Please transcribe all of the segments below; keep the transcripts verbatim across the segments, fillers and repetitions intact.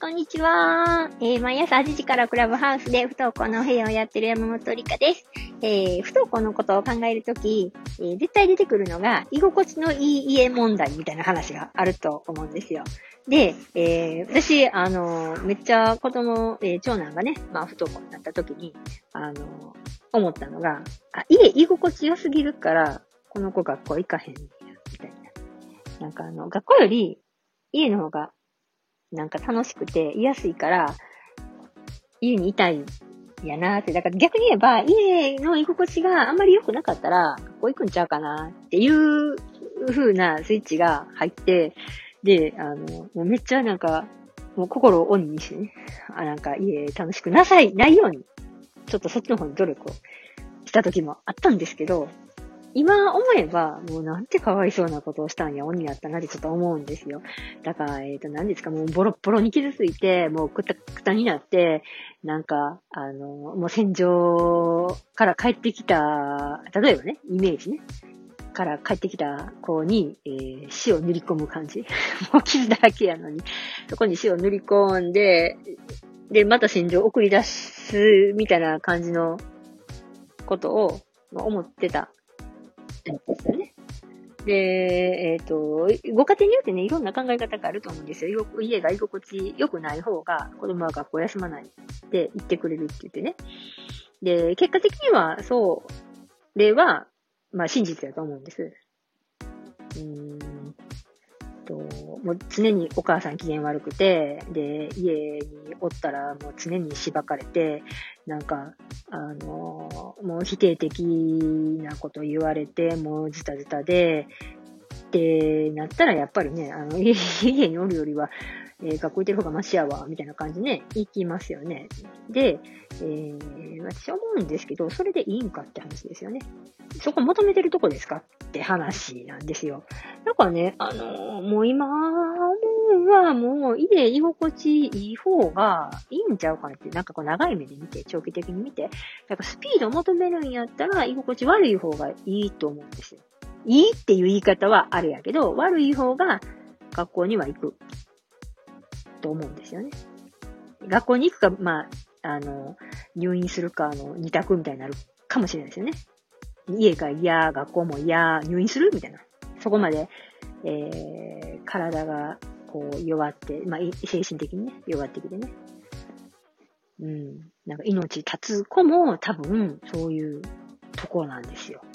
こんにちは。えー、毎朝はちじからクラブハウスで不登校の部屋をやってる山本理香です。えー、不登校のことを考えるとき、えー、絶対出てくるのが居心地のいい家問題みたいな話があると思うんですよ。で、えー、私、あの、めっちゃ子供、えー、長男がね、まあ不登校になったときに、あの、思ったのが、あ、家居心地良すぎるから、この子学校行かへん、みたいな。なんかあの、学校より家の方がなんか楽しくて居やすいから、家にいたいんやなーって。だから逆に言えば、家の居心地があんまり良くなかったら、学校行くんちゃうかなっていう風なスイッチが入って、で、あの、もうめっちゃなんか、もう心を鬼にしてね、あ、なんか家楽しくなさい、ないように、ちょっとそっちの方に努力をした時もあったんですけど、今思えば、もうなんてかわいそうなことをしたんや、鬼やったなってちょっと思うんですよ。だから、えっと、何ですか、もうボロッボロに傷ついて、もうくたくたになって、なんか、あの、もう戦場から帰ってきた、例えばね、イメージね、から帰ってきた子に、えー、死を塗り込む感じ。もう傷だらけやのに、そこに死を塗り込んで、で、また戦場を送り出す、みたいな感じのことを思ってた。ですよね。で、えっと、ご家庭によってね、いろんな考え方があると思うんですよ。家が居心地良くない方が、子供は学校休まないって言ってくれるって言ってね。で、結果的には、そう、例は、まあ真実だと思うんです。うーんと、もう常にお母さん機嫌悪くて、で、家におったらもう常にしばかれて、なんか、あの、もう否定的なこと言われて、もうズタズタで、ってなったらやっぱりね、あの、家におるよりは、えー、学校行ってる方がマシやわ、みたいな感じね、行きますよね。で、えー、私思うんですけど、それでいいんかって話ですよね。そこ求めてるとこですかって話なんですよ。だからね、あのー、もう今はもう家居心地いい方がいいんちゃうかなって、なんかこう長い目で見て、長期的に見て、なんかスピード求めるんやったら居心地悪い方がいいと思うんですよ。いいっていう言い方はあれやけど、悪い方が学校には行くと思うんですよね。学校に行くか、まあ、あの、入院するかの二択みたいになるかもしれないですよね。家が嫌、学校も嫌、入院するみたいな。そこまで、えー、体がこう弱って、まあ、精神的にね、弱ってきてね。うん。なんか命絶つ子も多分そういうところなんですよ。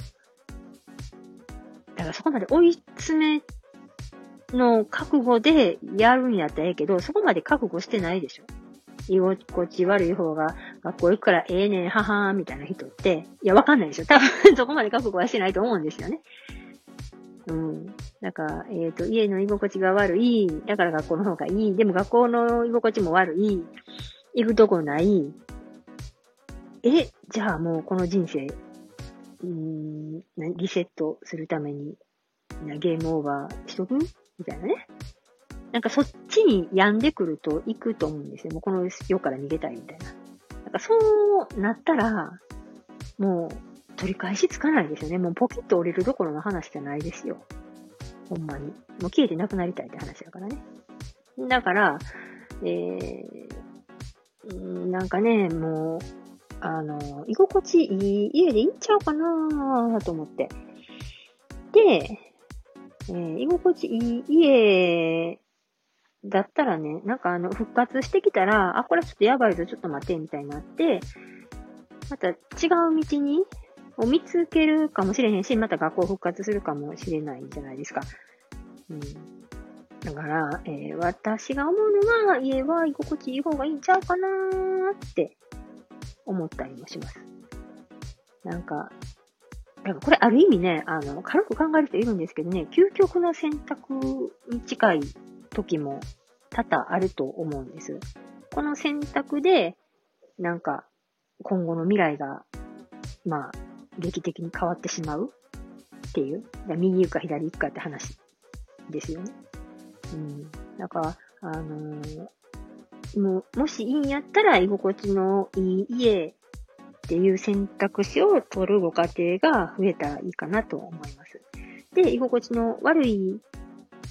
だからそこまで追い詰めの覚悟でやるんやったらええけど、そこまで覚悟してないでしょ。居心地悪い方が学校行くからええねん、ははーみたいな人って、いや、わかんないでしょ。多分そこまで覚悟はしてないと思うんですよね。うん。だから、えっと、家の居心地が悪い。だから学校の方がいい。でも学校の居心地も悪い。行くとこない。え、じゃあもうこの人生、うーん、リセットするために、ゲームオーバーしとくみたいなね。なんかそっちに病んでくると行くと思うんですよ。もうこの世から逃げたいみたいな。なんかそうなったら、もう取り返しつかないですよね。もうポキッと折れるどころの話じゃないですよ。ほんまに。もう消えてなくなりたいって話だからね。だから、えー、なんかね、もう、あの、居心地いい家でいいんちゃうかなと思って。で、えー、居心地いい家だったらね、なんかあの、復活してきたら、あ、これちょっとやばいぞ、ちょっと待って、みたいになって、また違う道に、を見つけるかもしれへんし、また学校復活するかもしれないじゃないですか。うん。だから、えー、私が思うのは、家は居心地いい方がいいんちゃうかなーって思ったりもします。なんか、なんかこれある意味ね、あの、軽く考える人いるんですけどね、究極の選択に近い時も多々あると思うんです。この選択で、なんか、今後の未来が、まあ、劇的に変わってしまうっていう、右行くか左行くかって話ですよね。うん。だから、あのー、も, もしいいんやったら居心地のいい家っていう選択肢を取るご家庭が増えたらいいかなと思います。で、居心地の悪い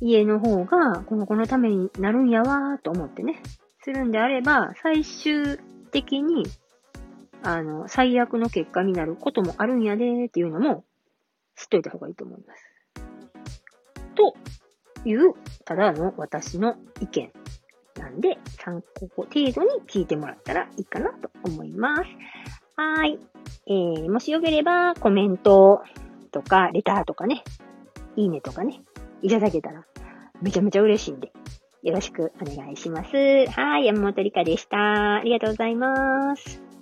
家の方がこの子のためになるんやわーと思ってね、するんであれば、最終的に、あの、最悪の結果になることもあるんやでーっていうのも知っといた方がいいと思います。という、ただの私の意見なんで、参考程度に聞いてもらったらいいかなと思います。はーい。えー、もしよければコメントとか、レターとかね、いいねとかね、いただけたらめちゃめちゃ嬉しいんで、よろしくお願いします。はい、山本理香でした。ありがとうございます。